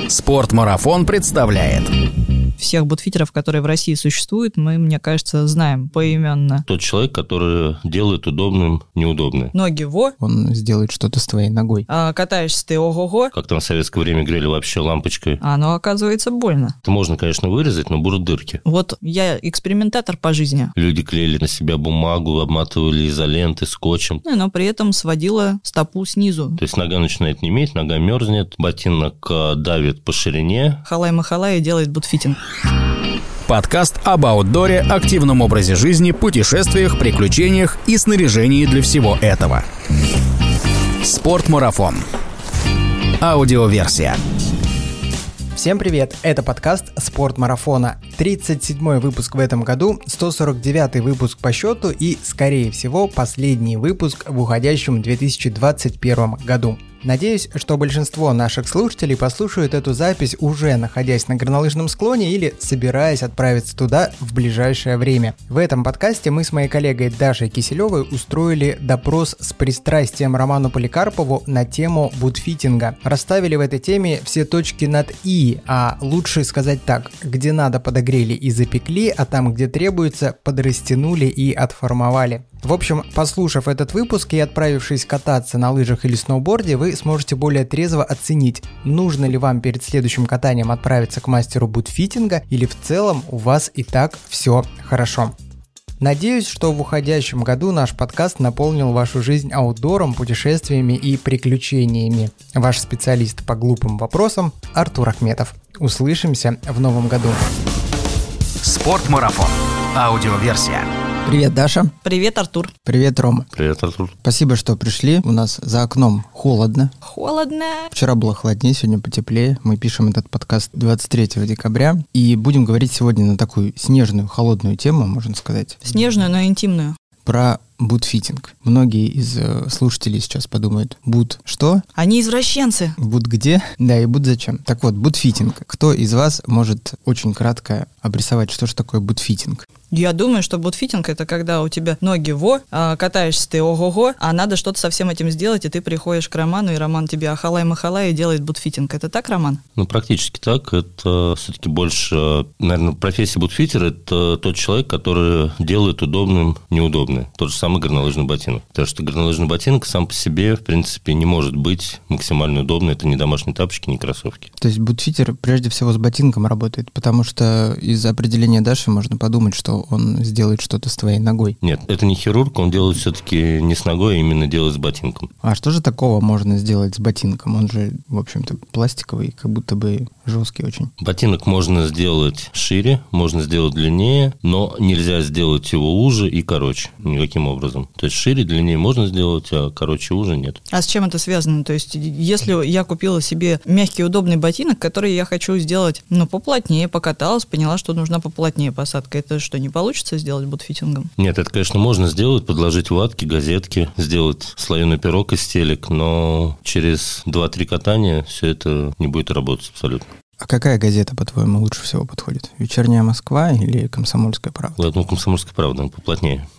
Спортмарафон представляет. Всех бутфитеров, которые в России существуют, мы, мне кажется, знаем поименно. Тот человек, который делает удобным неудобное. Ноги во. Он сделает что-то с твоей ногой. А катаешься ты ого-го. Как там в советское время грели вообще лампочкой. А оно, оказывается, больно. Это можно, конечно, вырезать, но будут дырки. Вот я экспериментатор по жизни. Люди клеили на себя бумагу, обматывали изолентой, скотчем. Но при этом сводила стопу снизу. То есть нога начинает неметь, нога мерзнет, ботинок давит по ширине. Халай-махалай делает бутфитинг. Подкаст об аутдоре, активном образе жизни, путешествиях, приключениях и снаряжении для всего этого. Спортмарафон. Аудиоверсия. Всем привет, это подкаст «Спортмарафона». 37-й выпуск в этом году, 149-й выпуск по счету и, скорее всего, последний выпуск в уходящем 2021 году. Надеюсь, что большинство наших слушателей послушают эту запись уже находясь на горнолыжном склоне или собираясь отправиться туда в ближайшее время. В этом подкасте мы с моей коллегой Дашей Киселевой устроили допрос с пристрастием Роману Поликарпову на тему бутфитинга. Расставили в этой теме все точки над «и», а лучше сказать так: где надо подогрели и запекли, а там, где требуется, подрастянули и отформовали. В общем, послушав этот выпуск и отправившись кататься на лыжах или сноуборде, вы сможете более трезво оценить, нужно ли вам перед следующим катанием отправиться к мастеру бутфитинга или в целом у вас и так все хорошо. Надеюсь, что в уходящем году наш подкаст наполнил вашу жизнь аутдором, путешествиями и приключениями. Ваш специалист по глупым вопросам Артур Ахметов. Услышимся в новом году. Спортмарафон. Аудиоверсия. Привет, Даша. Привет, Артур. Привет, Рома. Привет, Артур. Спасибо, что пришли. У нас за окном холодно. Холодно. Вчера было холоднее, сегодня потеплее. Мы пишем этот подкаст 23 декабря. И будем говорить сегодня на такую снежную, холодную тему, можно сказать. Снежную, но интимную. Про бутфитинг. Многие из слушателей сейчас подумают: бут что? Они извращенцы. Бут где? Да, и бут зачем? Так вот, бутфитинг. Кто из вас может очень кратко обрисовать, что же такое бутфитинг? Я думаю, что бутфитинг — это когда у тебя ноги во, катаешься ты ого-го, а надо что-то со всем этим сделать, и ты приходишь к Роману, и Роман тебе ахалай-махалай и делает бутфитинг. Это так, Роман? Ну, практически так. Это все-таки больше, наверное, профессия бутфитера – это тот человек, который делает удобным неудобное. Тот же самый горнолыжный ботинок. Потому что горнолыжный ботинок сам по себе, в принципе, не может быть максимально удобным. Это не домашние тапочки, не кроссовки. То есть бутфитер прежде всего с ботинком работает, потому что из определения Даши можно подумать, что он сделает что-то с твоей ногой. Нет, это не хирург, он делает все-таки не с ногой, а именно делает с ботинком. А что же такого можно сделать с ботинком? Он же, в общем-то, пластиковый, как будто бы жесткий очень. Ботинок можно сделать шире, можно сделать длиннее, но нельзя сделать его уже и короче никаким образом. То есть шире, длиннее можно сделать, а короче уже нет. А с чем это связано? То есть если я купила себе мягкий удобный ботинок, который я хочу сделать, поплотнее, покаталась, поняла, что нужна поплотнее посадка, это что, не получится сделать бутфитингом? Нет, это, конечно, можно сделать, подложить ватки, газетки, сделать слоеный пирог из телек, но через 2-3 катания все это не будет работать абсолютно. А какая газета, по-твоему, лучше всего подходит? «Вечерняя Москва» или «Комсомольская правда»? Ладно, «Комсомольская правда», поплотнее.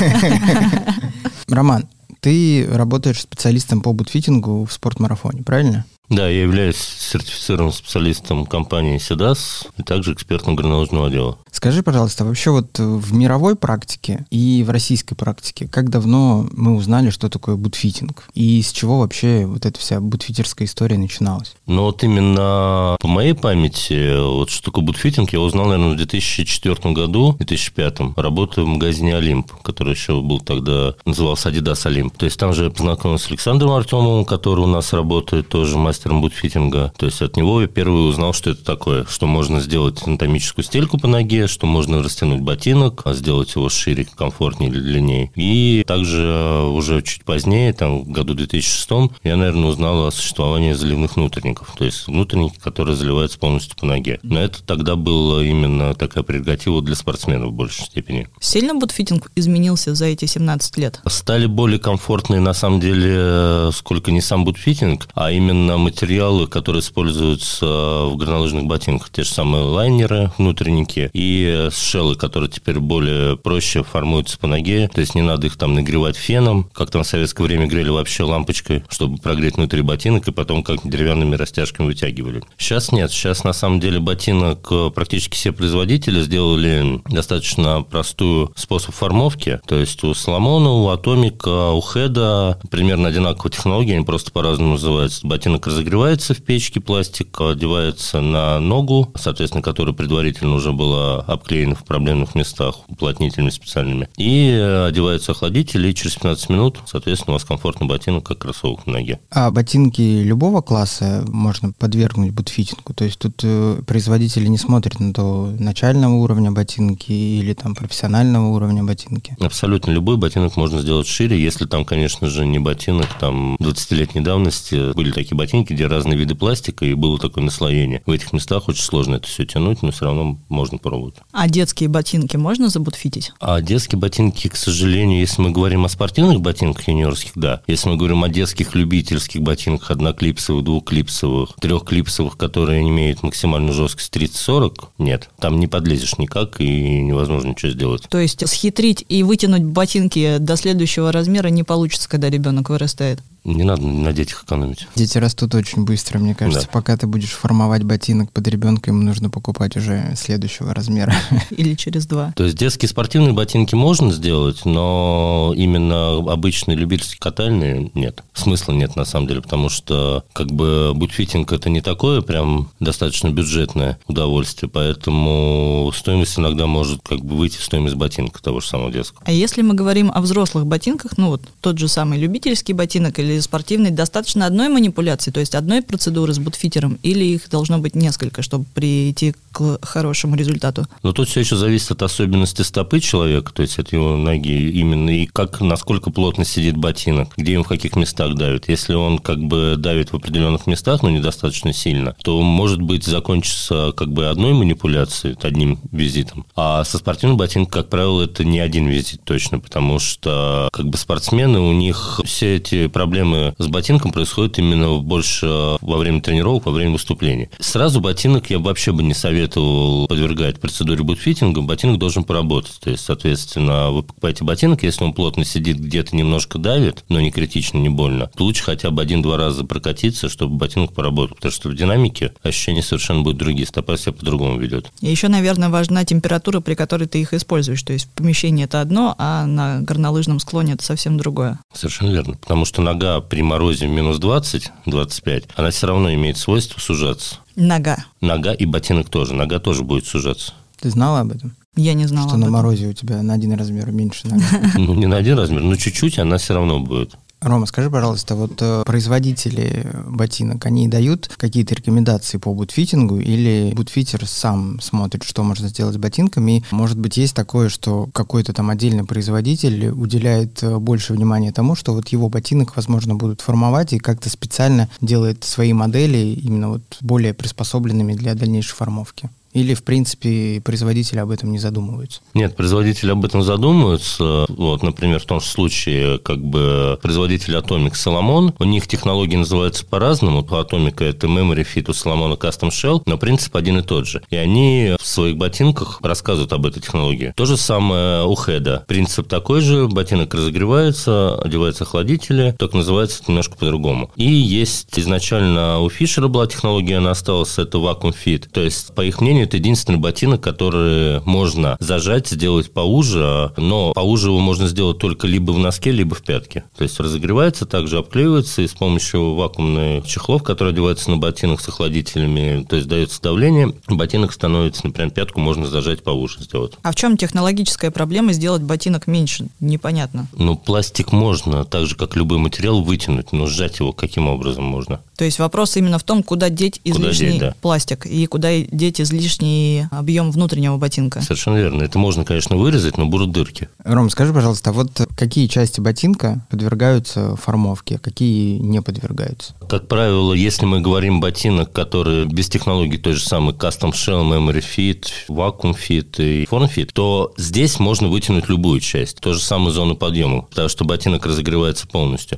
Роман, ты работаешь специалистом по бутфитингу в спортмарафоне, правильно? Да, я являюсь сертифицированным специалистом компании «Седас» и также экспертом горнолыжного отдела. Скажи, пожалуйста, вообще вот в мировой практике и в российской практике, как давно мы узнали, что такое бутфитинг? И с чего вообще вот эта вся бутфитерская история начиналась? Ну вот именно по моей памяти, вот что такое бутфитинг, я узнал, наверное, в 2004 году, 2005, работая в магазине «Олимп», который еще был тогда, назывался «Адидас Олимп». То есть там же я познакомился с Александром Артемовым, который у нас работает тоже мастером бутфитинга. То есть от него я первый узнал, что это такое, что можно сделать анатомическую стельку по ноге, что можно растянуть ботинок, сделать его шире, комфортнее или длиннее. И также уже чуть позднее, там в году 2006, я, наверное, узнал о существовании заливных внутренников. То есть внутренники, которые заливаются полностью по ноге. Но это тогда была именно такая прерогатива для спортсменов в большей степени. Сильно бутфитинг изменился за эти 17 лет? Стали более комфортные, на самом деле, сколько не сам бутфитинг, а именно материалы, которые используются в горнолыжных ботинках. Те же самые лайнеры, внутренники и шеллы, которые теперь более проще формуются по ноге. То есть не надо их там нагревать феном, как там в советское время грели вообще лампочкой, чтобы прогреть внутри ботинок, и потом как деревянными растяжками вытягивали. Сейчас нет. Сейчас на самом деле ботинок практически все производители сделали достаточно простую способ формовки. То есть у Соломона, у Атомика, у Хеда примерно одинаковая технология, они просто по-разному называются. Ботинок разогревается в печке, пластик одевается на ногу, соответственно, которая предварительно уже была обклеена в проблемных местах уплотнителями специальными, и одевается охладитель, и через 15 минут, соответственно, у вас комфортный ботинок, как кроссовок на ноге. А ботинки любого класса можно подвергнуть бутфитингу? То есть тут производители не смотрят на то начального уровня ботинки или там профессионального уровня ботинки? Абсолютно любой ботинок можно сделать шире, если там, конечно же, не ботинок там 20-летней давности. Были такие ботинки, где разные виды пластика, и было такое наслоение. В этих местах очень сложно это все тянуть, но все равно можно пробовать. А детские ботинки можно забутфитить? А детские ботинки, к сожалению, если мы говорим о спортивных ботинках юниорских, да. Если мы говорим о детских любительских ботинках, одноклипсовых, двухклипсовых, трехклипсовых, которые имеют максимальную жесткость 30-40, нет. Там не подлезешь никак, и невозможно ничего сделать. То есть схитрить и вытянуть ботинки до следующего размера не получится, когда ребенок вырастает? Не надо на детях экономить. Дети растут очень быстро, мне кажется. Да. Пока ты будешь формовать ботинок под ребенка, ему нужно покупать уже следующего размера. Или через 2. То есть детские спортивные ботинки можно сделать, но именно обычные любительские катальные нет. Смысла нет, на самом деле, потому что как бы бутфитинг это не такое прям достаточно бюджетное удовольствие, поэтому стоимость иногда может как бы выйти в стоимость ботинка того же самого детского. А если мы говорим о взрослых ботинках, ну вот тот же самый любительский ботинок или спортивный, достаточно одной манипуляции, то есть одной процедуры с бутфитером, или их должно быть несколько, чтобы прийти к хорошему результату? Но тут все еще зависит от особенностей стопы человека, то есть от его ноги именно, и как, насколько плотно сидит ботинок, где им в каких местах давит. Если он как бы давит в определенных местах, но недостаточно сильно, то может быть закончится как бы одной манипуляцией, одним визитом. А со спортивным ботинком, как правило, это не один визит точно, потому что как бы спортсмены, у них все эти проблемы с ботинком происходят именно больше во время тренировок, во время выступлений. Сразу ботинок я вообще бы не советовал подвергать процедуре бутфитинга. Ботинок должен поработать. То есть, соответственно, вы покупаете ботинок, если он плотно сидит, где-то немножко давит, но не критично, не больно, то лучше хотя бы 1-2 раза прокатиться, чтобы ботинок поработал. Потому что в динамике ощущения совершенно будут другие. Стопа себя по-другому ведет. И еще, наверное, важна температура, при которой ты их используешь. То есть в помещении это одно, а на горнолыжном склоне это совсем другое. Совершенно верно. Потому что нога при морозе в минус 20-25, она все равно имеет свойство сужаться. Нога и ботинок тоже. Нога тоже будет сужаться. Ты знала об этом? Я не знала. Что на морозе у тебя на 1 размер меньше нога? Ну, не на 1 размер, но чуть-чуть она все равно будет. Рома, скажи, пожалуйста, вот производители ботинок, они дают какие-то рекомендации по бутфитингу или бутфитер сам смотрит, что можно сделать с ботинками? И, может быть, есть такое, что какой-то там отдельный производитель уделяет больше внимания тому, что вот его ботинок, возможно, будут формовать и как-то специально делает свои модели именно вот более приспособленными для дальнейшей формовки? Или, в принципе, производители об этом не задумываются? Нет, производители об этом задумываются. Вот, например, в том же случае, как бы производитель Atomic Solomon, у них технологии называются по-разному. У Atomic это Memory Fit, у Solomon Custom Shell, но принцип один и тот же. И они в своих ботинках рассказывают об этой технологии. То же самое у Head. Принцип такой же, ботинок разогревается, одеваются охладители, только называется это немножко по-другому. И есть изначально у Fisher была технология, она осталась, это Vacuum Fit. То есть, по их мнению, это единственный ботинок, который можно зажать, сделать поуже, но поуже его можно сделать только либо в носке, либо в пятке. То есть разогревается, также обклеивается, и с помощью вакуумных чехлов, которые одеваются на ботинок с охладителями, то есть дается давление, ботинок становится, например, пятку можно зажать поуже сделать. А в чем технологическая проблема сделать ботинок меньше? Непонятно. Ну, пластик можно, так же, как любой материал, вытянуть, но сжать его каким образом можно? То есть вопрос именно в том, куда деть излишний пластик и куда деть излишний лишний объем внутреннего ботинка. Совершенно верно. Это можно, конечно, вырезать, но будут дырки. Ром, скажи, пожалуйста, вот какие части ботинка подвергаются формовке, какие не подвергаются? Как правило, если мы говорим ботинок, который без технологий той же самой Custom Shell, Memory Fit, Vacuum Fit и Form Fit, то здесь можно вытянуть любую часть. То же самое зону подъема, потому что ботинок разогревается полностью.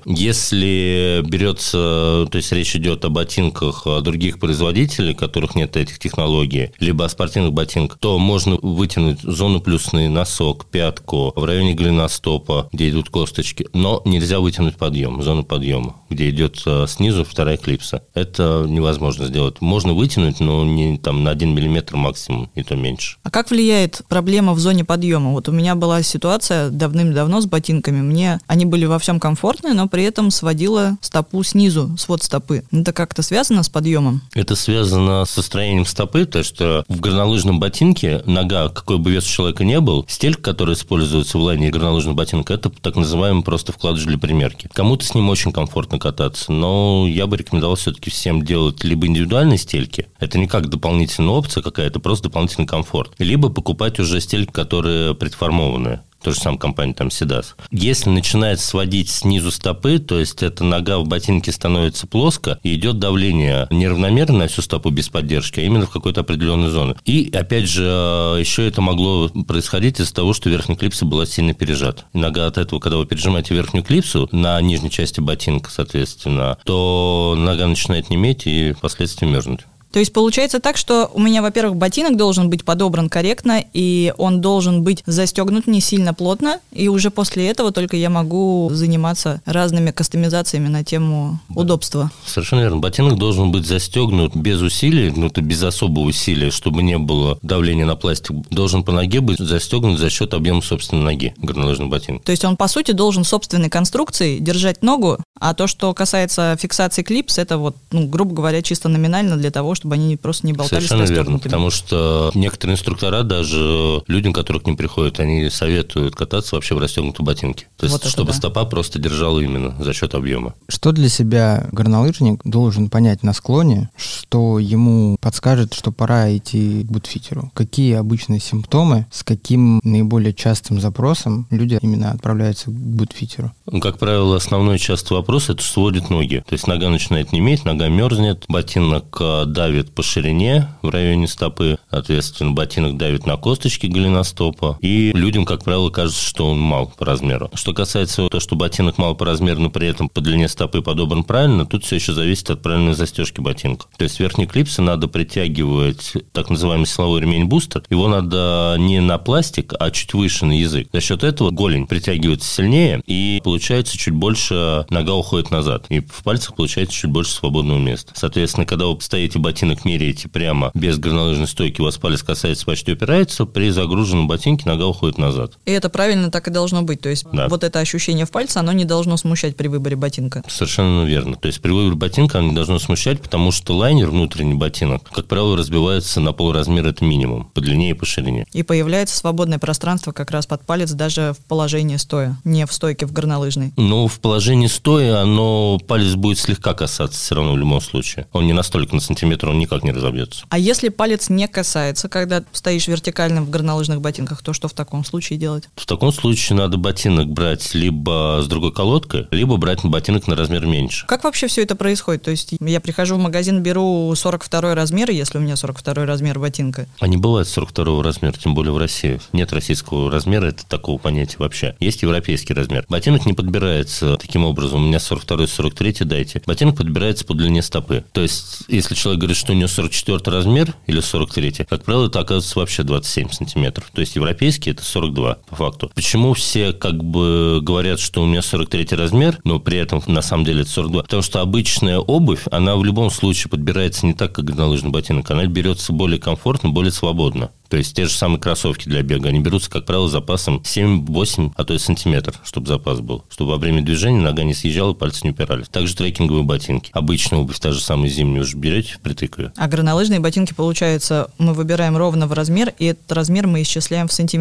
Если берется, то есть речь идет о ботинках других производителей, у которых нет этих технологий, либо о спортивных ботинках, то можно вытянуть зону плюсный, носок, пятку, в районе голеностопа, где идут косточки, но нельзя вытянуть подъем, зону подъема, где идет снизу вторая клипса. Это невозможно сделать. Можно вытянуть, но не там на 1 миллиметр максимум, и то меньше. А как влияет проблема в зоне подъема? Вот у меня была ситуация давным-давно с ботинками. Они были во всем комфортные, но при этом сводила стопу снизу, свод стопы. Это как-то связано с подъемом? Это связано со строением стопы, то что в горнолыжном ботинке нога, какой бы вес у человека не был, стелька, которая используется в лайне горнолыжного ботинка, это так называемый просто вкладыш для примерки. Кому-то с ним очень комфортно кататься, но я бы рекомендовал все-таки всем делать либо индивидуальные стельки, это не как дополнительная опция какая-то, просто дополнительный комфорт, либо покупать уже стельки, которые предформованные. То же самое компания там Седас. Если начинает сводить снизу стопы, то есть эта нога в ботинке становится плоско, и идет давление неравномерно на всю стопу без поддержки, а именно в какой-то определенной зоне. И, опять же, еще это могло происходить из-за того, что верхняя клипса была сильно пережата. И нога от этого, когда вы пережимаете верхнюю клипсу на нижней части ботинка, соответственно, то нога начинает неметь и впоследствии мерзнуть. То есть получается так, что у меня, во-первых, ботинок должен быть подобран корректно, и он должен быть застегнут не сильно плотно, и уже после этого только я могу заниматься разными кастомизациями на тему удобства. Совершенно верно. Ботинок должен быть застегнут без усилий, без особого усилия, чтобы не было давления на пластик. Должен по ноге быть застегнут за счет объема собственной ноги, горнолыжный ботинок. То есть он, по сути, должен собственной конструкцией держать ногу, а то, что касается фиксации клипс, это грубо говоря, чисто номинально для того, чтобы они просто не болтались расстегнутыми. Совершенно верно, потому что некоторые инструктора, даже людям, которые к ним приходят, они советуют кататься вообще в расстегнутом ботинке. То есть, чтобы стопа просто держала именно за счет объема. Что для себя горнолыжник должен понять на склоне, что ему подскажет, что пора идти к бутфитеру? Какие обычные симптомы, с каким наиболее частым запросом люди именно отправляются к бутфитеру? Как правило, основной частый вопрос – это сводит ноги. То есть, нога начинает неметь, нога мерзнет, ботинок давит по ширине в районе стопы, соответственно, ботинок давит на косточки голеностопа, и людям, как правило, кажется, что он мал по размеру. Что касается того, что ботинок мал по размеру, но при этом по длине стопы подобран правильно, тут все еще зависит от правильной застежки ботинка. То есть верхние клипсы надо притягивать, так называемый силовой ремень-бустер, его надо не на пластик, а чуть выше на язык. За счет этого голень притягивается сильнее, и получается чуть больше нога уходит назад, и в пальцах получается чуть больше свободного места. Соответственно, когда вы стоите ботинок меряете прямо без горнолыжной стойки, у вас палец касается, почти упирается, при загруженном ботинке нога уходит назад. И это правильно так и должно быть, то есть вот это ощущение в пальце, оно не должно смущать при выборе ботинка. Совершенно верно, то есть при выборе ботинка оно не должно смущать, потому что лайнер, внутренний ботинок, как правило, разбивается на полразмера, это минимум, по длине и по ширине. И появляется свободное пространство как раз под палец даже в положении стоя, не в стойке в горнолыжной. Но в положении стоя палец будет слегка касаться все равно в любом случае. Он не настолько на сантиметр, он никак не разобьется. А если палец не касается, когда стоишь вертикально в горнолыжных ботинках, то что в таком случае делать? В таком случае надо ботинок брать либо с другой колодкой, либо брать ботинок на размер меньше. Как вообще все это происходит? То есть я прихожу в магазин, беру 42 размер, если у меня 42 размер ботинка. А не бывает 42 размера, тем более в России. Нет российского размера, это такого понятия вообще. Есть европейский размер. Ботинок не подбирается таким образом. У меня 42-43 дайте. Ботинок подбирается по длине стопы. То есть, если человек говорит, что у него 44 размер или 43, как правило, это оказывается вообще 27 сантиметров. То есть, европейский это 42 по факту. Почему все говорят, что у меня 43 размер, но при этом на самом деле это 42? Потому что обычная обувь, она в любом случае подбирается не так, как горнолыжный ботинок. Она берется более комфортно, более свободно. То есть, те же самые кроссовки для бега, они берутся, как правило, запасом 7-8, а то и сантиметр, чтобы запас был. Чтобы во время движения нога не съезжала, пальцы не упирались. Также трекинговые ботинки. Обычная обувь, та же самая зимняя, уже берете впритык ее. А горнолыжные ботинки, получается, мы выбираем ровно в размер, и этот размер мы исчисляем в сантиметрах.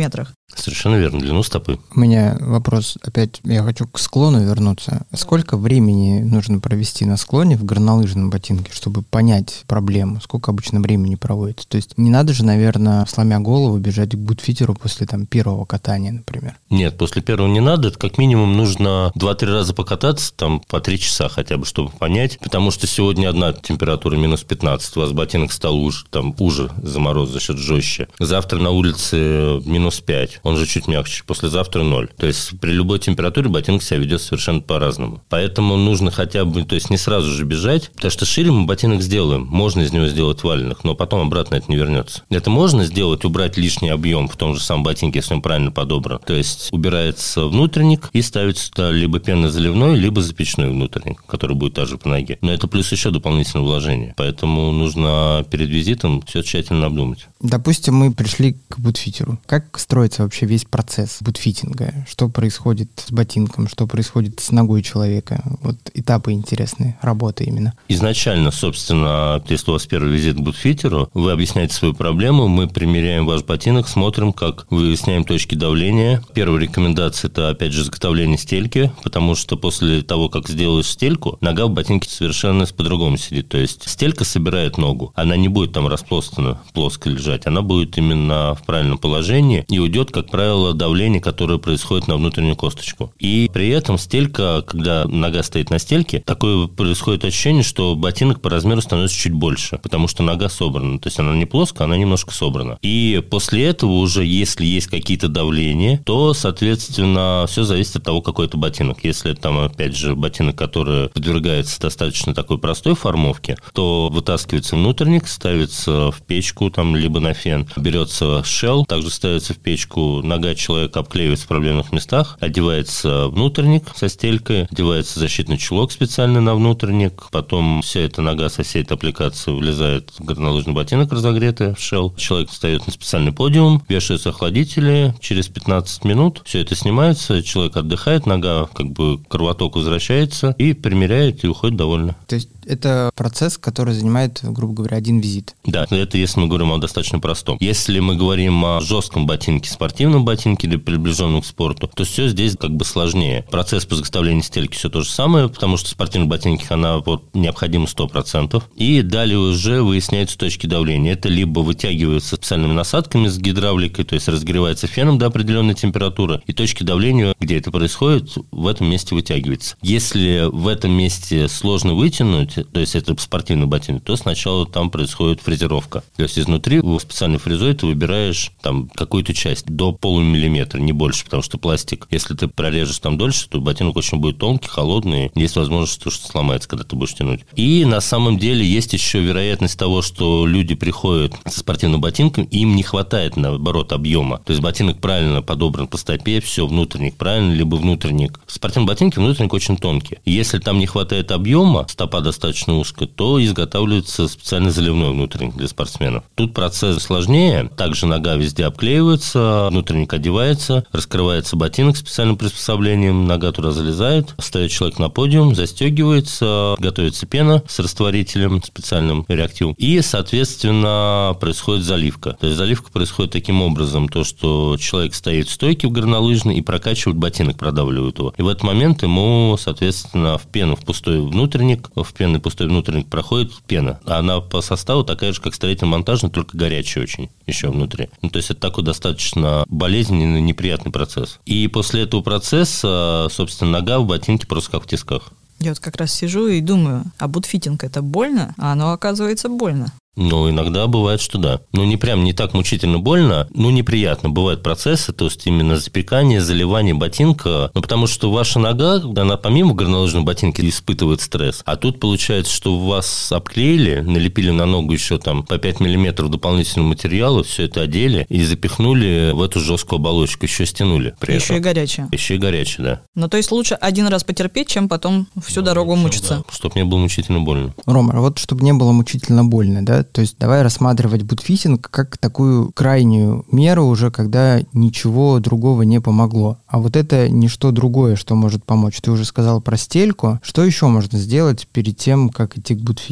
Совершенно верно, длину стопы. У меня вопрос, опять я хочу к склону вернуться. Сколько времени нужно провести на склоне в горнолыжном ботинке, чтобы понять проблему? Сколько обычно времени проводится? То есть не надо же, наверное, сломя голову, бежать к бутфитеру после первого катания, например. Нет, после первого не надо. Это как минимум нужно 2-3 раза покататься, по 3 часа хотя бы, чтобы понять. Потому что сегодня одна температура минус 15, у вас ботинок стал уже замороз за счет жестче. Завтра на улице минус 5. Он же чуть мягче, послезавтра 0. То есть при любой температуре ботинок себя ведет совершенно по-разному. Поэтому нужно хотя бы, то есть не сразу же бежать, потому что шире мы ботинок сделаем, можно из него сделать валенок, но потом обратно это не вернется. Это можно сделать, убрать лишний объем в том же самом ботинке, если он правильно подобран. То есть убирается внутренник и ставится туда либо пенозаливной, либо запечной внутренник, который будет также по ноге. Но это плюс еще дополнительное вложение. Поэтому нужно перед визитом все тщательно обдумать. Допустим, мы пришли к бутфитеру. Как строится вообще весь процесс бутфитинга? Что происходит с ботинком? Что происходит с ногой человека? Вот этапы интересные, работы именно. Изначально, собственно, если у вас первый визит к бутфитеру, вы объясняете свою проблему, мы примеряем ваш ботинок, смотрим, как выясняем точки давления. Первая рекомендация – это, опять же, изготовление стельки, потому что после того, как сделаешь стельку, нога в ботинке совершенно по-другому сидит. То есть стелька собирает ногу, она не будет там распластана, плоско лежать, она будет именно в правильном положении и уйдет, как правило, давление, которое происходит на внутреннюю косточку. И при этом стелька, когда нога стоит на стельке, такое происходит ощущение, что ботинок по размеру становится чуть больше, потому что нога собрана. То есть она не плоская, она немножко собрана. И после этого уже, если есть какие-то давления, то, соответственно, все зависит от того, какой это ботинок. Если там, опять же, ботинок, который подвергается достаточно такой простой формовке, то вытаскивается внутренник, ставится в печку, либо на фен, берется шелл, также ставится в печку, нога человека обклеивается в проблемных местах, одевается внутренник со стелькой, одевается защитный чулок специально на внутренник, потом вся эта нога со всей этой аппликацией влезает в горнолыжный ботинок разогретый в шелл. Человек встает на специальный подиум, вешаются охладители, через 15 минут все это снимается, человек отдыхает, нога кровоток возвращается и примеряет и уходит довольно. То есть это процесс, который занимает, грубо говоря, один визит. Да, это если мы говорим о достаточно простом. Если мы говорим о жестком ботинке, спортивном ботинке или приближенном к спорту, то все здесь сложнее. Процесс по изготовлению стельки все то же самое, потому что в спортивных ботинках она необходима 100%. И далее уже выясняются точки давления. Это либо вытягиваются специальными насадками с гидравликой, то есть разогревается феном до определенной температуры, и точки давления, где это происходит, в этом месте вытягивается. Если в этом месте сложно вытянуть, то есть это спортивный ботинок, то сначала там происходит фрезеровка. То есть изнутри специальной фрезой ты выбираешь какую-то часть до полумиллиметра, не больше, потому что пластик, если ты прорежешь там дольше, то ботинок очень будет тонкий, холодный, есть возможность, что сломается, когда ты будешь тянуть. И на самом деле есть еще вероятность того, что люди приходят со спортивным ботинком, и им не хватает, наоборот, объема. То есть ботинок правильно подобран по стопе, все, внутренник правильно, либо внутренник. В спортивном ботинке внутренник очень тонкий. Если там не хватает объема, стопа достаточно узкая, то изготавливается специально заливной внутренник для спортсменов. Тут процесс сложнее. Также нога везде обклеивается, внутренник одевается, раскрывается ботинок специальным приспособлением, нога туда залезает, ставит человек на подиум, застегивается, готовится пена с растворителем специальным реактивом, и, соответственно, происходит заливка. То есть заливка происходит таким образом, то, что человек стоит в стойке в горнолыжной и прокачивает ботинок, продавливает его. И в этот момент ему, соответственно, в пену, в пустой внутренник, в пенный пустой внутренник проходит пена. Она по составу такая же, как строительно-монтажная, только горячая очень еще внутри. То есть это такой достаточно болезненный, неприятный процесс. И после этого процесса, собственно, нога в ботинке просто как в тисках. Я как раз сижу и думаю, а бутфитинг это больно? А оно оказывается больно. Иногда бывает, что да. Не так мучительно больно, неприятно. Бывают процессы, то есть именно запекание, заливание ботинка. Потому что ваша нога, она помимо горнолыжного ботинка испытывает стресс. А тут получается, что вас обклеили, налепили на ногу еще по 5 миллиметров дополнительного материала, все это одели и запихнули в эту жесткую оболочку, еще стянули. Еще и горячее. Еще и горячее, да. То есть лучше один раз потерпеть, чем потом всю дорогу мучиться. Да, чтобы не было мучительно больно. Рома, чтобы не было мучительно больно, да? То есть давай рассматривать бутфитинг как такую крайнюю меру уже, когда ничего другого не помогло. А это ничто другое, что может помочь. Ты уже сказал про стельку. Что еще можно сделать перед тем, как идти к бутфитеру?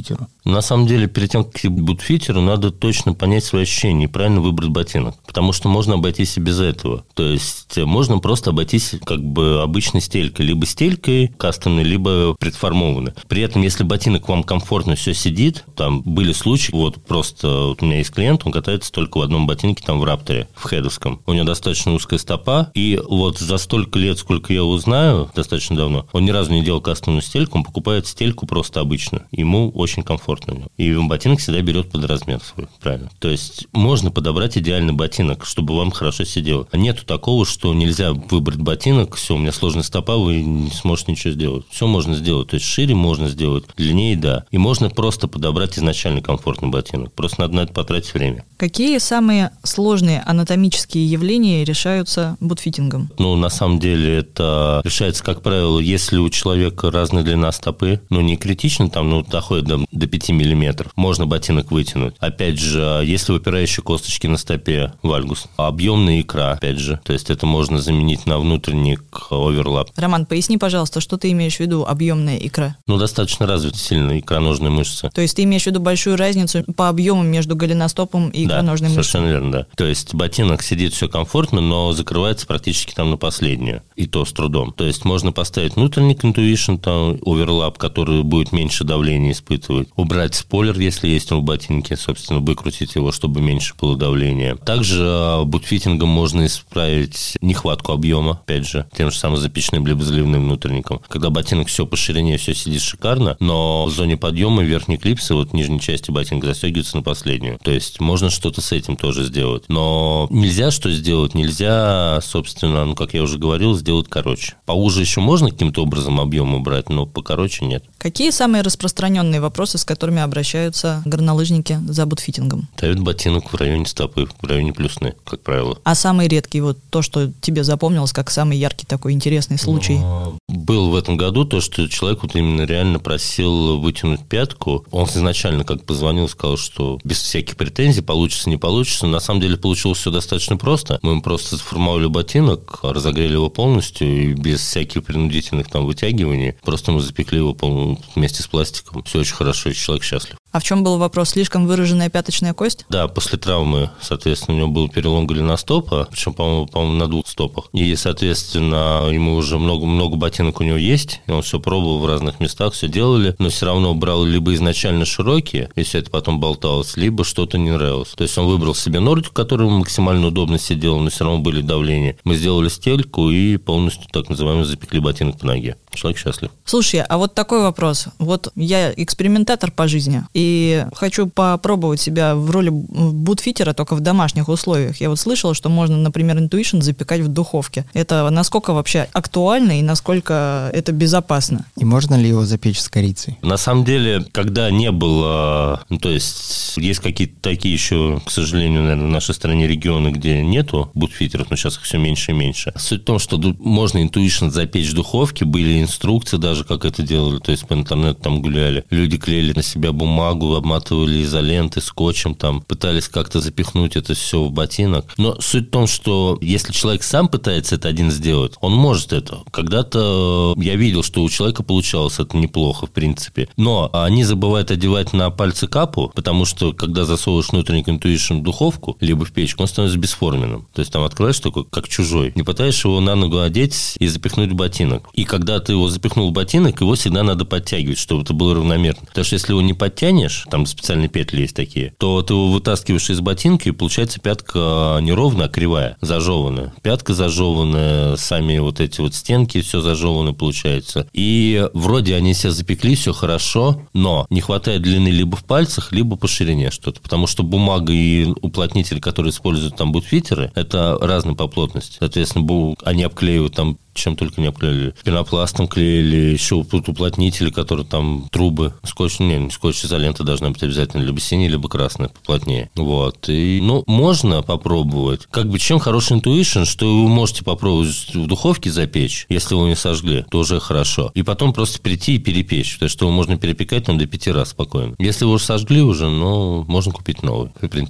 На самом деле, перед тем, как к бутфитеру, надо точно понять свои ощущения и правильно выбрать ботинок. Потому что можно обойтись и без этого. То есть, можно просто обойтись как бы обычной стелькой. Либо стелькой кастомной, либо предформованной. При этом, если ботинок вам комфортно все сидит, там были случаи, просто у меня есть клиент, он катается только в одном ботинке, там в Рапторе, в хедовском. У него достаточно узкая стопа, и за столько лет, сколько я его знаю, достаточно давно, он ни разу не делал кастомную стельку, он покупает стельку просто обычно. Ему очень комфортно в нем. И ботинок всегда берет под размер свой, правильно. То есть, можно подобрать идеальный ботинок, чтобы вам хорошо сидел. Нету такого, что нельзя выбрать ботинок, все, у меня сложная стопа, вы не сможете ничего сделать. Все можно сделать. То есть, шире можно сделать, длиннее, да. И можно просто подобрать изначально комфортный ботинок. Просто надо на это потратить время. Какие самые сложные анатомические явления решаются бутфитингом? На самом деле, это решается, как правило, если у человека разная длина стопы, не критично, доходит до 5 миллиметров, можно ботинок вытянуть. Опять же, если выпирающие косточки на стопе, вальгус, объемная икра, опять же, то есть это можно заменить на внутренний оверлап. Роман, поясни, пожалуйста, что ты имеешь в виду объемная икра? Достаточно развита сильно икроножная мышца. То есть ты имеешь в виду большую разницу по объему между голеностопом и икроножной мышцей? Да, совершенно верно, да. То есть ботинок сидит все комфортно, но закрывается практически на последнюю, и то с трудом. То есть можно поставить внутренний Intuition, оверлап, который будет меньше давления испытывать, убрать спойлер, если есть он в ботинке, собственно, выкрутить его, чтобы меньше было давления. Также бутфитингом можно исправить нехватку объема, опять же, тем же самым запечным либо заливным внутренником. Когда ботинок все по ширине, все сидит шикарно, но в зоне подъема верхней клипсы, нижней части ботинка застегивается на последнюю. То есть можно что-то с этим тоже сделать. Но нельзя что сделать? Нельзя, собственно, как я уже говорил, сделать короче. Поуже еще можно каким-то образом объем убрать, но покороче нет. Какие самые распространенные вопросы, с которыми обращаются горнолыжники за бутфитингом? Дают ботинок в районе стопы, в районе плюсны, как правило. А самый редкий, то, что тебе запомнилось, как самый яркий такой интересный случай? Был в этом году то, что человек именно реально просил вытянуть пятку. Он изначально позвонил, сказал, что без всяких претензий, получится, не получится. На самом деле получилось все достаточно просто. Мы ему просто сформовали ботинок, разогрели его полностью и без всяких принудительных вытягиваний. Просто мы запекли его вместе с пластиком. Все очень хорошо, и человек счастлив. А в чем был вопрос? Слишком выраженная пяточная кость? Да, после травмы, соответственно, у него был перелом голеностопа, причем, по-моему, на 2 стопах. И, соответственно, ему уже много ботинок у него есть, и он все пробовал в разных местах, все делали, но все равно брал либо изначально широкие, и все это потом болталось, либо что-то не нравилось. То есть он выбрал себе нордик, который ему максимально удобно сидел, но все равно были давления. Мы сделали стельку и полностью, так называемый, запекли ботинок по ноге. Человек счастлив. Слушай, а такой вопрос. Я экспериментатор по жизни, и хочу попробовать себя в роли бутфитера только в домашних условиях. Я слышала, что можно, например, Intuition запекать в духовке. Это насколько вообще актуально и насколько это безопасно? И можно ли его запечь с корицей? На самом деле, когда не было, то есть есть какие-то такие еще, к сожалению, наверное, в нашей стране регионы, где нету бутфитеров, но сейчас их все меньше и меньше. Суть в том, что можно Intuition запечь в духовке, были инструкции даже, как это делали, то есть по интернету гуляли. Люди клеили на себя бумагу, обматывали изолентой, скотчем, пытались как-то запихнуть это все в ботинок. Но суть в том, что если человек сам пытается это один сделать, он может это. Когда-то я видел, что у человека получалось это неплохо, в принципе. Но они забывают одевать на пальцы капу, потому что, когда засовываешь внутренний Intuition в духовку, либо в печку, он становится бесформенным. То есть открываешь такой, как чужой. Не пытаешься его на ногу одеть и запихнуть в ботинок. И когда ты его запихнул в ботинок, его всегда надо подтягивать, чтобы это было равномерно. Потому что если его не подтянешь, специальные петли есть такие, то ты его вытаскиваешь из ботинка, и получается пятка не ровная, а кривая, зажеванная. Пятка зажеванная, сами эти стенки все зажеваны получается. И вроде они себя запекли, все хорошо, но не хватает длины либо в пальцах, либо по ширине что-то. Потому что бумага и уплотнитель, которые используют бутфитеры, это разные по плотности. Соответственно, они обклеивают чем только не обклеили. Пенопластом клеили, еще тут уплотнители, которые трубы. Скотч, скотч изолента должна быть обязательно либо синяя, либо красная, поплотнее. И, можно попробовать. Чем хороший Intuition, что вы можете попробовать в духовке запечь, если вы не сожгли, то уже хорошо. И потом просто прийти и перепечь, потому что его можно перепекать до 5 раз спокойно. Если вы уже сожгли можно купить новый, в принципе.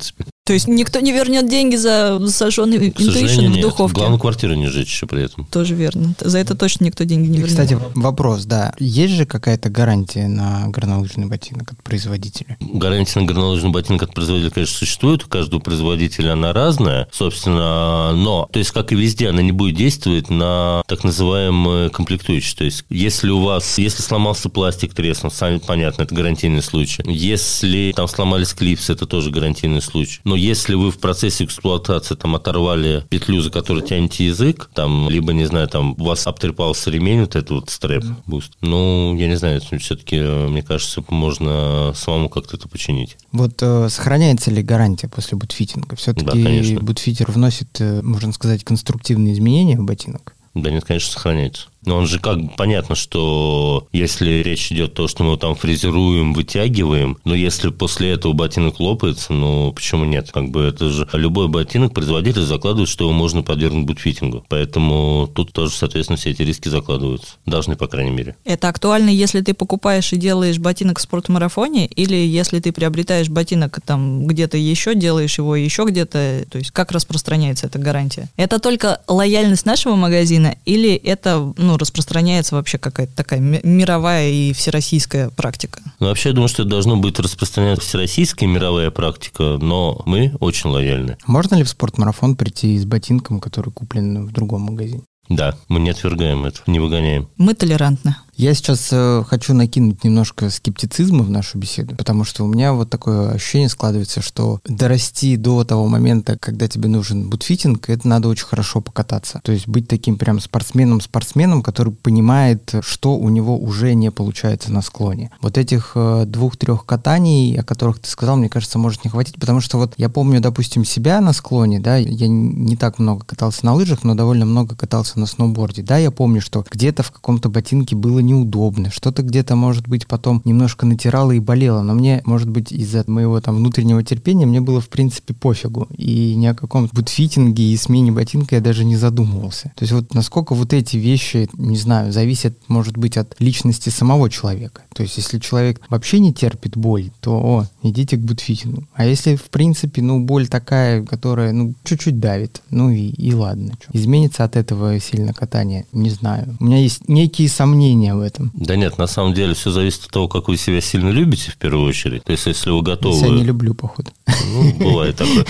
То есть никто не вернет деньги за сожженный Intuition в духовке? Главное, квартиру не сжечь еще при этом. Тоже верно. За это точно никто деньги не вернет. Кстати, вопрос, да. Есть же какая-то гарантия на горнолыжный ботинок от производителя? Гарантия на горнолыжный ботинок от производителя, конечно, существует. У каждого производителя она разная, собственно, но, то есть, как и везде, она не будет действовать на так называемые комплектующие. То есть, если сломался пластик, треснул, сами понятно, это гарантийный случай. Если там сломались клипсы, это тоже гарантийный случай. Но если вы в процессе эксплуатации там оторвали петлю, за которую тянете язык, там, либо, не знаю, там у вас обтрепался ремень, вот этот вот стрэп, буст, ну, я не знаю, все-таки, мне кажется, можно самому как-то это починить. Вот сохраняется ли гарантия после бутфитинга? Все-таки да, бутфитер вносит, можно сказать, конструктивные изменения в ботинок? Да нет, конечно, сохраняется. Но он же понятно, что если речь идет о том, что мы его там фрезеруем, вытягиваем, но если после этого ботинок лопается, ну почему нет? Это же любой ботинок производитель закладывает, что его можно подвергнуть бутфитингу. Поэтому тут тоже, соответственно, все эти риски закладываются. Должны, по крайней мере. Это актуально, если ты покупаешь и делаешь ботинок в спортмарафоне, или если ты приобретаешь ботинок там где-то еще, делаешь его еще где-то, то есть как распространяется эта гарантия? Это только лояльность нашего магазина, или это, распространяется вообще какая-то такая мировая и всероссийская практика? Вообще, я думаю, что это должно быть распространяться всероссийская мировая практика, но мы очень лояльны. Можно ли в спортмарафон прийти с ботинком, который куплен в другом магазине? Да, мы не отвергаем это, не выгоняем. Мы толерантны. Я сейчас хочу накинуть немножко скептицизма в нашу беседу, потому что у меня вот такое ощущение складывается, что дорасти до того момента, когда тебе нужен бутфитинг, это надо очень хорошо покататься. То есть быть таким прям спортсменом, который понимает, что у него уже не получается на склоне. Вот этих 2-3 катаний, о которых ты сказал, мне кажется, может не хватить, потому что вот я помню, допустим, себя на склоне, да, я не так много катался на лыжах, но довольно много катался на сноуборде, да, я помню, что где-то в каком-то ботинке было неудобно, что-то где-то, может быть, потом немножко натирало и болело, но мне, может быть, из-за моего там внутреннего терпения мне было, в принципе, пофигу, и ни о каком бутфитинге и смене ботинка я даже не задумывался. То есть вот насколько вот эти вещи, не знаю, зависят, может быть, от личности самого человека. То есть если человек вообще не терпит боль, то идите к бутфитингу. А если, в принципе, боль такая, которая, чуть-чуть давит, и ладно. Изменится от этого сильно катание? Не знаю. У меня есть некие сомнения в этом. Да нет, на самом деле все зависит от того, как вы себя сильно любите в первую очередь. То есть, если вы готовы... Я себя не люблю, походу. Бывает такое.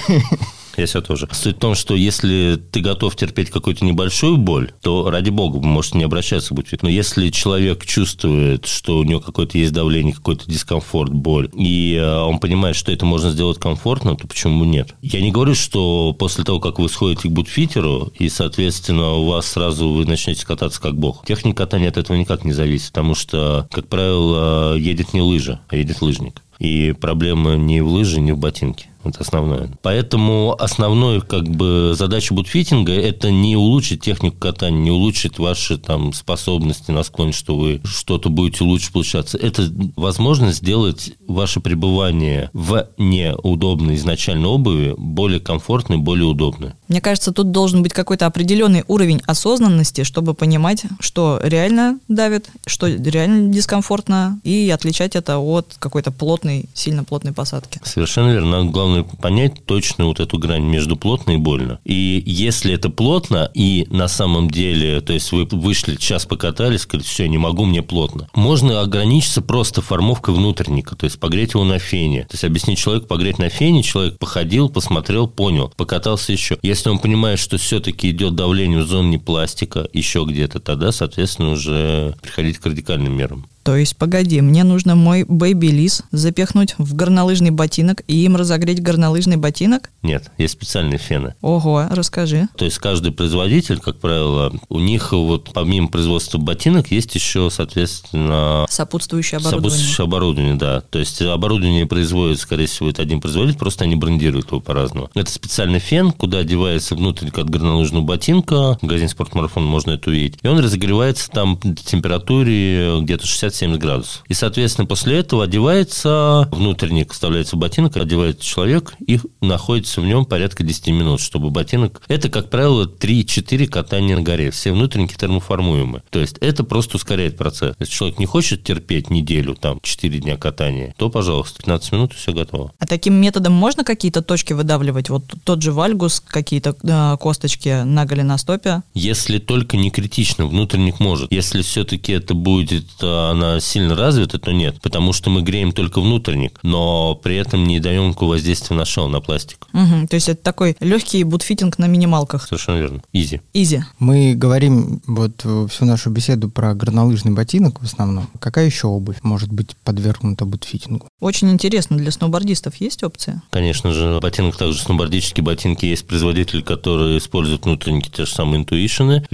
Я себя тоже. Суть в том, что если ты готов терпеть какую-то небольшую боль, то, ради бога, вы можете не обращаться к бутфитингу. Но если человек чувствует, что у него какое-то есть давление, какой-то дискомфорт, боль, и он понимает, что это можно сделать комфортно, то почему нет? Я не говорю, что после того, как вы сходите к бутфитеру, и, соответственно, у вас сразу вы начнете кататься как бог. Техника катания от этого никак не зависит, потому что, как правило, едет не лыжа, а едет лыжник. И проблема не в лыже, не в ботинке. Это основное. Поэтому основной задача бутфитинга – это не улучшить технику катания, не улучшить ваши способности на склоне, что вы что-то будете лучше получаться. Это возможность сделать ваше пребывание в неудобной изначально обуви более комфортной, более удобной. Мне кажется, тут должен быть какой-то определенный уровень осознанности, чтобы понимать, что реально давит, что реально дискомфортно, и отличать это от какой-то сильно плотной посадки. Совершенно верно. Главное понять точно вот эту грань между плотно и больно. И если это плотно, и на самом деле, то есть вы вышли, час покатались, сказали, все, не могу, мне плотно. Можно ограничиться просто формовкой внутренника, то есть погреть его на фене. То есть объяснить человеку погреть на фене, человек походил, посмотрел, понял, покатался еще. Если он понимает, что все-таки идет давление в зоне пластика, еще где-то, тогда, соответственно, уже приходить к радикальным мерам. То есть, погоди, мне нужно мой Babyliss запихнуть в горнолыжный ботинок и им разогреть горнолыжный ботинок? Нет, есть специальные фены. Ого, расскажи. То есть, каждый производитель, как правило, у них помимо производства ботинок есть еще, соответственно... Сопутствующее оборудование. Сопутствующее оборудование, да. То есть, оборудование производит, скорее всего, это один производитель, просто они брендируют его по-разному. Это специальный фен, куда одевается внутренник от горнолыжного ботинка, в магазине «Спортмарафон» можно это увидеть, и он разогревается там до температуры где-то 60 60-70 градусов. И, соответственно, после этого одевается внутренник, вставляется в ботинок, одевается человек и находится в нем порядка 10 минут, чтобы ботинок... Это, как правило, 3-4 катания на горе. Все внутренники термоформуемы. То есть это просто ускоряет процесс. Если человек не хочет терпеть неделю, там, 4 дня катания, то, пожалуйста, 15 минут и все готово. А таким методом можно какие-то точки выдавливать? Вот тот же вальгус, какие-то косточки на голеностопе? Если только не критично, внутренник может. Если все-таки это будет, она сильно развита, то нет. Потому что мы греем только внутренник, но при этом не даем никакого воздействия на шел, на пластик. Угу, то есть это такой легкий бутфитинг на минималках. Совершенно верно. Изи. Мы говорим вот всю нашу беседу про горнолыжный ботинок в основном. Какая еще обувь может быть подвергнута бутфитингу? Очень интересно, для сноубордистов есть опция? Конечно же, ботинок также сноубордические ботинки. Есть производители, которые используют внутренники, те же самые Intuition,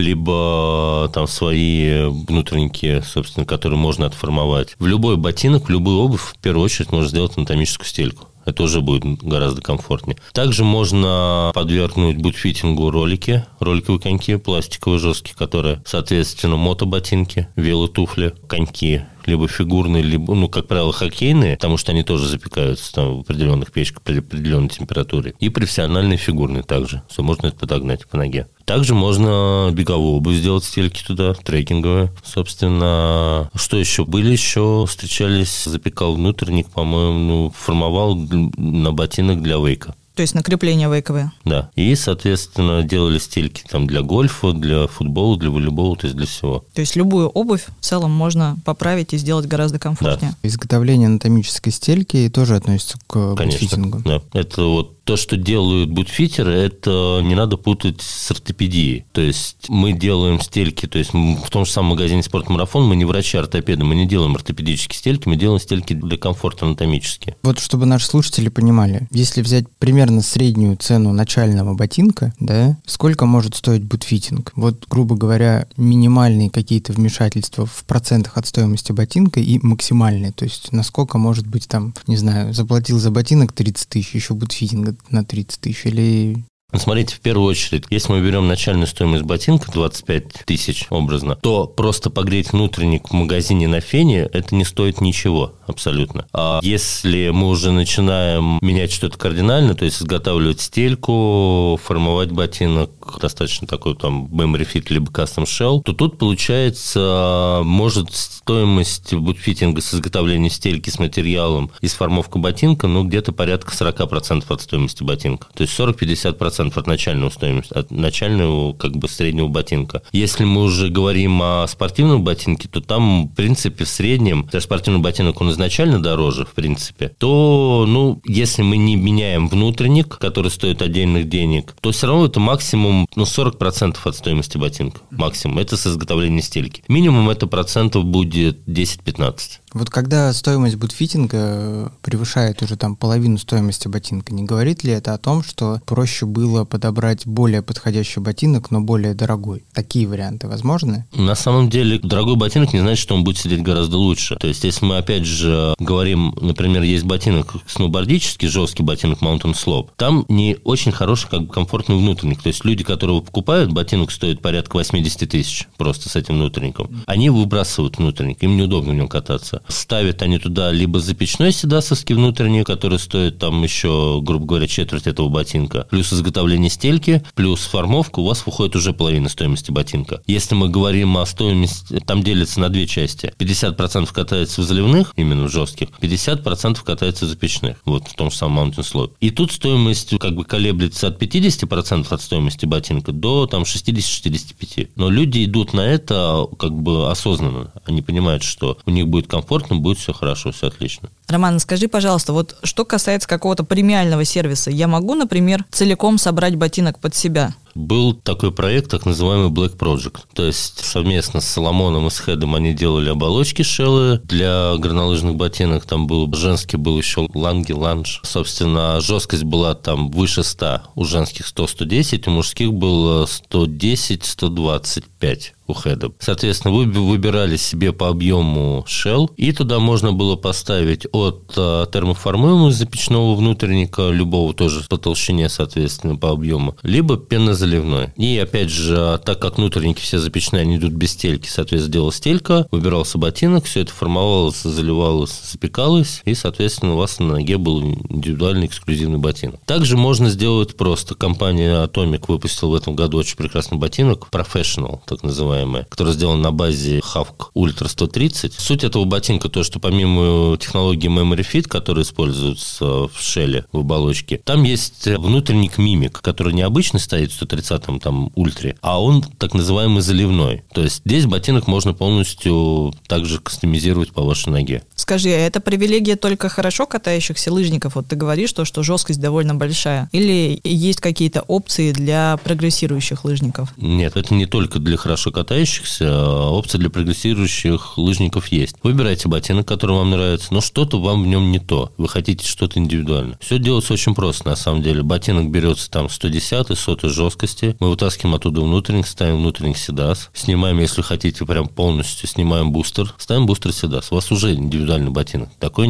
либо там свои внутренники, собственно, которые можно отформовать. В любой ботинок, в любую обувь, в первую очередь, можно сделать анатомическую стельку. Это уже будет гораздо комфортнее. Также можно подвергнуть бутфитингу роликовые коньки, пластиковые жесткие, которые, соответственно, мотоботинки, велотуфли, коньки, либо фигурные, либо, как правило, хоккейные, потому что они тоже запекаются там в определенных печках при определенной температуре. И профессиональные фигурные также, что можно это подогнать по ноге. Также можно беговую обувь сделать, стельки туда, трекинговые. Собственно, что еще? Встречались, запекал внутренник, по-моему, формовал на ботинок для вейка. То есть на крепления вейковые? Да. И, соответственно, делали стельки там для гольфа, для футбола, для волейбола, то есть для всего. То есть любую обувь в целом можно поправить и сделать гораздо комфортнее. Да. Изготовление анатомической стельки тоже относится к бутфитингу. Да. Это вот то, что делают бутфитеры, это не надо путать с ортопедией. То есть мы делаем стельки, то есть в том же самом магазине «Спортмарафон» мы не врачи-ортопеды, мы не делаем ортопедические стельки, мы делаем стельки для комфорта анатомические. Вот чтобы наши слушатели понимали, если взять примерно среднюю цену начального ботинка, да, сколько может стоить бутфитинг? Вот, грубо говоря, минимальные какие-то вмешательства в процентах от стоимости ботинка и максимальные, то есть насколько может быть там, не знаю, заплатил за ботинок 30 тысяч, еще бутфитинга на 30 тысяч или... Смотрите, в первую очередь, если мы берем начальную стоимость ботинка, 25 тысяч образно, то просто погреть внутренник в магазине на фене, это не стоит ничего абсолютно. А если мы уже начинаем менять что-то кардинально, то есть изготавливать стельку, формовать ботинок, достаточно такой там memory fit либо custom shell, то тут получается, может стоимость бутфитинга с изготовлением стельки с материалом и с формовкой ботинка, где-то порядка 40% от стоимости ботинка. То есть 40-50% от начальной стоимости, от начального среднего ботинка. Если мы уже говорим о спортивном ботинке, то там, в принципе, в среднем, даже спортивный ботинок, он изначально дороже, в принципе, то, если мы не меняем внутренник, который стоит отдельных денег, то все равно это максимум 40% от стоимости ботинка. Максимум. Это с изготовлением стельки. Минимум это процентов будет 10-15. Вот когда стоимость бутфитинга превышает уже там половину стоимости ботинка, не говорит ли это о том, что проще было подобрать более подходящий ботинок, но более дорогой? Такие варианты возможны? На самом деле, дорогой ботинок не значит, что он будет сидеть гораздо лучше. То есть, если мы, опять же, говорим, например, есть ботинок сноубордический, жесткий ботинок Mountain Slope, там не очень хороший, комфортный внутренник. То есть, люди, которые его покупают, ботинок стоит порядка 80 тысяч просто с этим внутренником. Они выбрасывают внутренник, им неудобно в нем кататься. Ставят они туда либо запечной седасовский внутренний, который стоит там еще, грубо говоря, четверть этого ботинка, плюс изготовление стельки, плюс формовка, у вас выходит уже половина стоимости ботинка. Если мы говорим о стоимости, там делится на две части. 50% катается в заливных, именно в жестких, 50% катается в запечных, вот в том же самом Mountain Slope. И тут стоимость колеблется от 50% от стоимости ботинка до там 60-65%. Но люди идут на это осознанно. Они понимают, что у них будет комфортно, будет все хорошо, все отлично. Роман, скажи, пожалуйста, вот что касается какого-то премиального сервиса, я могу, например, целиком собрать ботинок под себя? Был такой проект, так называемый Black Project. То есть совместно с Соломоном и с Хедом они делали оболочки шеллы для горнолыжных ботинок. Там был женский, был еще ланж. Собственно, жесткость была там выше 100. У женских 100-110, у мужских было 110-125. у хеда. Соответственно, вы выбирали себе по объему shell, и туда можно было поставить от термоформуемого запечного внутренника, любого тоже по толщине, соответственно, по объему, либо пенозаливной. И, опять же, так как внутренники все запечные, они идут без стельки, соответственно, делалась стелька, выбирался ботинок, все это формовалось, заливалось, запекалось, и, соответственно, у вас на ноге был индивидуальный эксклюзивный ботинок. Также можно сделать просто. Компания Atomic выпустила в этом году очень прекрасный ботинок, Professional, так называемый, который сделан на базе Havk Ultra 130. Суть этого ботинка то, что помимо технологии Memory Fit, которая используется в шеле, в оболочке, там есть внутренник Mimic, который не обычно стоит в 130-м там ультре, а он так называемый заливной. То есть здесь ботинок можно полностью также кастомизировать по вашей ноге. Скажи, а это привилегия только хорошо катающихся лыжников? Вот ты говоришь, что жесткость довольно большая. Или есть какие-то опции для прогрессирующих лыжников? Нет, это не только для хорошо катающихся, а опции для прогрессирующих лыжников есть. Выбирайте ботинок, который вам нравится, но что-то вам в нем не то. Вы хотите что-то индивидуальное. Все делается очень просто, на самом деле. Ботинок берется там 110-й, 100-й жесткости. Мы вытаскиваем оттуда внутренник, ставим внутренник Sidas. Снимаем, если хотите, прям полностью снимаем бустер. Ставим бустер Sidas. У вас уже индивидуальный ботинок. Такой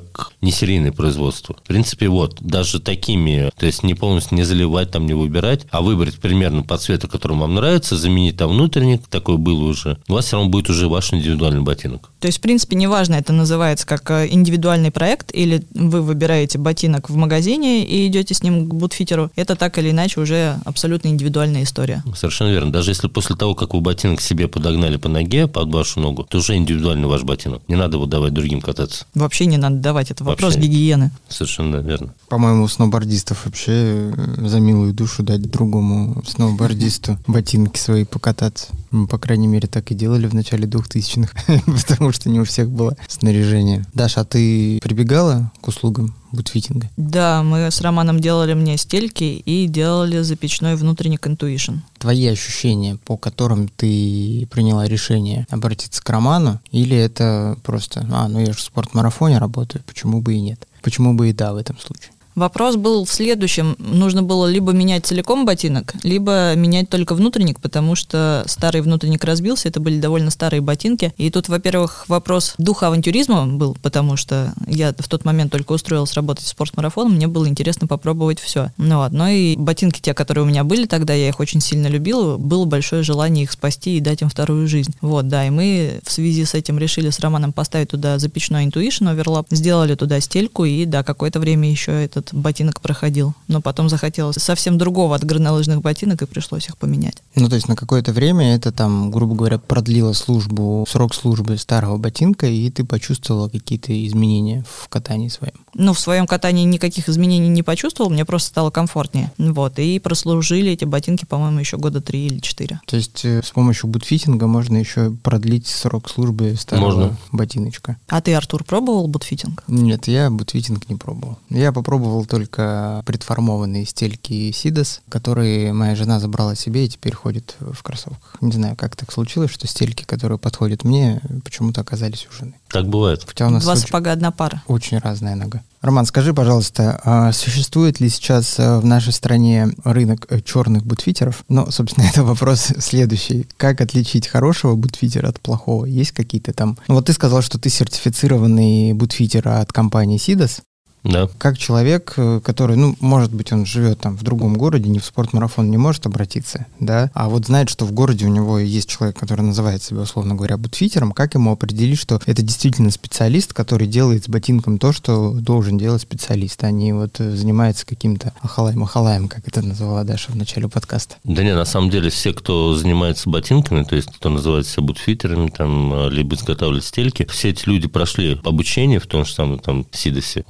не серийное производство. В принципе, вот, даже такими, то есть не полностью не заливать, там не выбирать, а выбрать примерно по цвету, который вам нравится, заменить там внутренник, такой был уже. У вас все равно будет уже ваш индивидуальный ботинок. То есть, в принципе, неважно, это называется как индивидуальный проект, или вы выбираете ботинок в магазине и идете с ним к бутфитеру, это так или иначе уже абсолютно индивидуальная история. Совершенно верно. Даже если после того, как вы ботинок себе подогнали по ноге, под вашу ногу, то уже индивидуальный ваш ботинок. Не надо его давать другим кататься. Вообще не надо давать, это вопрос Вообще. гигиены. Совершенно верно. По-моему, у сноубордистов вообще за милую душу дать другому сноубордисту ботинки свои покататься. Мы, по крайней мере, так и делали в начале 2000-х, потому что не у всех было снаряжение. Даша, а ты прибегала к услугам бутфитинга? Да, мы с Романом делали мне стельки и делали запечной внутренник Intuition. Твои ощущения, по которым ты приняла решение обратиться к Роману, или это просто, я же в спортмарафоне работаю, почему бы и нет? Почему бы и да в этом случае? Вопрос был в следующем. Нужно было либо менять целиком ботинок, либо менять только внутренник, потому что старый внутренник разбился, это были довольно старые ботинки. И тут, во-первых, вопрос духа авантюризма был, потому что я в тот момент только устроилась работать в спортмарафон, мне было интересно попробовать все. Но и ботинки, те, которые у меня были тогда, я их очень сильно любила, было большое желание их спасти и дать им вторую жизнь. И мы в связи с этим решили с Романом поставить туда запечной Intuition оверлап, сделали туда стельку, и какое-то время еще этот ботинок проходил. Но потом захотелось совсем другого от горнолыжных ботинок, и пришлось их поменять. То есть на какое-то время это там, грубо говоря, продлило срок службы старого ботинка, и ты почувствовала какие-то изменения в катании своем? В своем катании никаких изменений не почувствовал, мне просто стало комфортнее. И прослужили эти ботинки, по-моему, еще года 3 или 4. То есть с помощью бутфитинга можно еще продлить срок службы старого ботиночка. А ты, Артур, пробовал бутфитинг? Нет, я бутфитинг не пробовал. Я попробовал только предформованные стельки Sidas, которые моя жена забрала себе и теперь ходит в кроссовках. Не знаю, как так случилось, что стельки, которые подходят мне, почему-то оказались у жены. Так бывает. Хотя у нас Два сапога, одна пара. Очень разная нога. Роман, скажи, пожалуйста, существует ли сейчас в нашей стране рынок черных бутфитеров? Собственно, это вопрос следующий. Как отличить хорошего бутфитера от плохого? Есть какие-то там... ты сказал, что ты сертифицированный бутфитер от компании Sidas. Да. Как человек, который, может быть, он живет там в другом городе, не в спортмарафон не может обратиться, да, а знает, что в городе у него есть человек, который называет себя, условно говоря, бутфитером, как ему определить, что это действительно специалист, который делает с ботинком то, что должен делать специалист, а не занимается каким-то ахалаем, как это назвала Даша в начале подкаста? Да нет, на самом деле все, кто занимается ботинками, то есть кто называет себя бутфитерами, либо изготавливают стельки, все эти люди прошли обучение в том же самом Сидасе,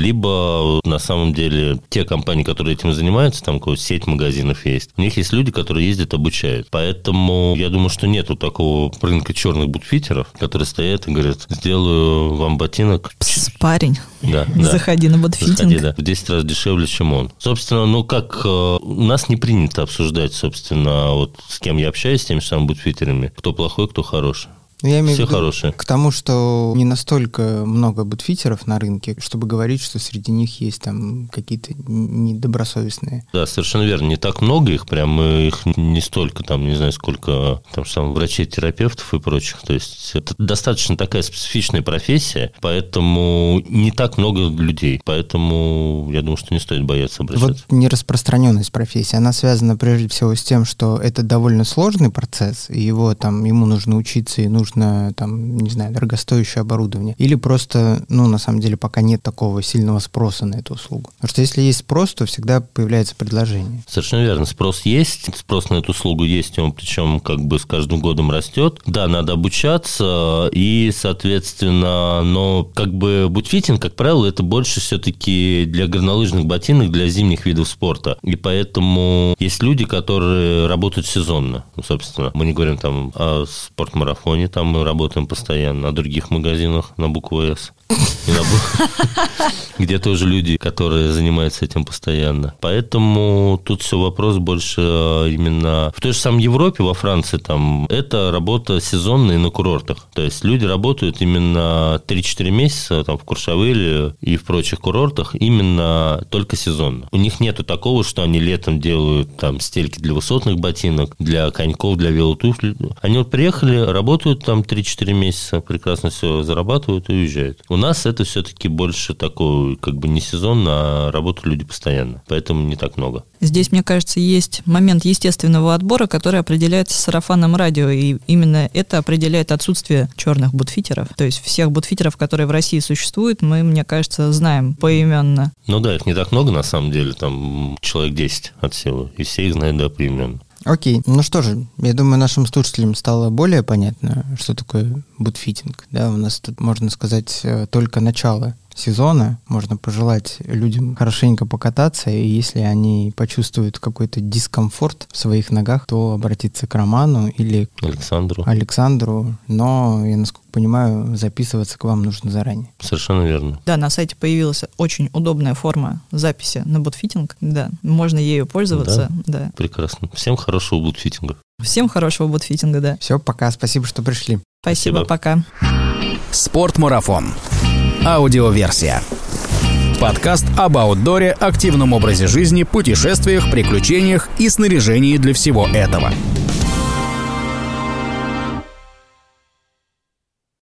либо на самом деле те компании, которые этим занимаются, там какая-то сеть магазинов есть, у них есть люди, которые ездят, обучают. Поэтому я думаю, что нету такого рынка черных бутфитеров, которые стоят и говорят, сделаю вам ботинок. Парень, заходи на бутфитинг. Заходи, в 10 раз дешевле, чем он. Собственно, у нас не принято обсуждать, собственно, с кем я общаюсь, с теми же самыми бутфитерами, кто плохой, кто хороший. Я имею все в виду хорошие. к тому, что не настолько много бутфитеров на рынке, чтобы говорить, что среди них есть там какие-то недобросовестные. Да, совершенно верно. Не так много их, прям их не столько, там, не знаю, сколько там врачей-терапевтов и прочих. То есть это достаточно такая специфичная профессия, поэтому не так много людей. Поэтому я думаю, что не стоит бояться обращаться. Вот нераспространенность профессии, она связана прежде всего с тем, что это довольно сложный процесс, и ему нужно учиться, и нужно, там, не знаю, дорогостоящее оборудование. Или просто, на самом деле, пока нет такого сильного спроса на эту услугу. Потому что если есть спрос, то всегда появляется предложение. Совершенно верно. Спрос есть, спрос на эту услугу есть, он причем с каждым годом растет. Да, надо обучаться, и, соответственно, но бутфитинг, как правило, это больше все-таки для горнолыжных ботинок, для зимних видов спорта. И поэтому есть люди, которые работают сезонно. Собственно, мы не говорим там о спортмарафоне, там мы работаем постоянно, о других магазинах на букву «С», где тоже люди, которые занимаются этим постоянно. Поэтому тут все вопрос больше именно в той же самой Европе, во Франции, там это работа сезонная на курортах. То есть люди работают именно 3-4 месяца там в Куршавеле и в прочих курортах именно только сезонно. У них нету такого, что они летом делают там стельки для высотных ботинок, для коньков, для велотуфлей. Они приехали, работают там 3-4 месяца, прекрасно все зарабатывают и уезжают. У нас это все-таки больше такой, не сезон, а работают люди постоянно. Поэтому не так много. Здесь, мне кажется, есть момент естественного отбора, который определяется сарафанным радио, и именно это определяет отсутствие черных бутфитеров. То есть всех бутфитеров, которые в России существуют, мы, мне кажется, знаем поименно. Да, их не так много, на самом деле, там человек 10 от всего, и все их знают, да, поименно. Окей, что же, я думаю, нашим слушателям стало более понятно, что такое бутфитинг. Да, у нас тут, можно сказать, только начало сезона. Можно пожелать людям хорошенько покататься, и если они почувствуют какой-то дискомфорт в своих ногах, то обратиться к Роману или к Александру. Но, я насколько понимаю, записываться к вам нужно заранее. Совершенно верно. Да, на сайте появилась очень удобная форма записи на бутфитинг. Да, можно ею пользоваться. Да. Прекрасно. Всем хорошего бутфитинга. Всем хорошего бутфитинга, да. Все, пока. Спасибо, что пришли. Спасибо. Пока. Спортмарафон. Аудиоверсия. Подкаст об аутдоре, активном образе жизни, путешествиях, приключениях и снаряжении для всего этого.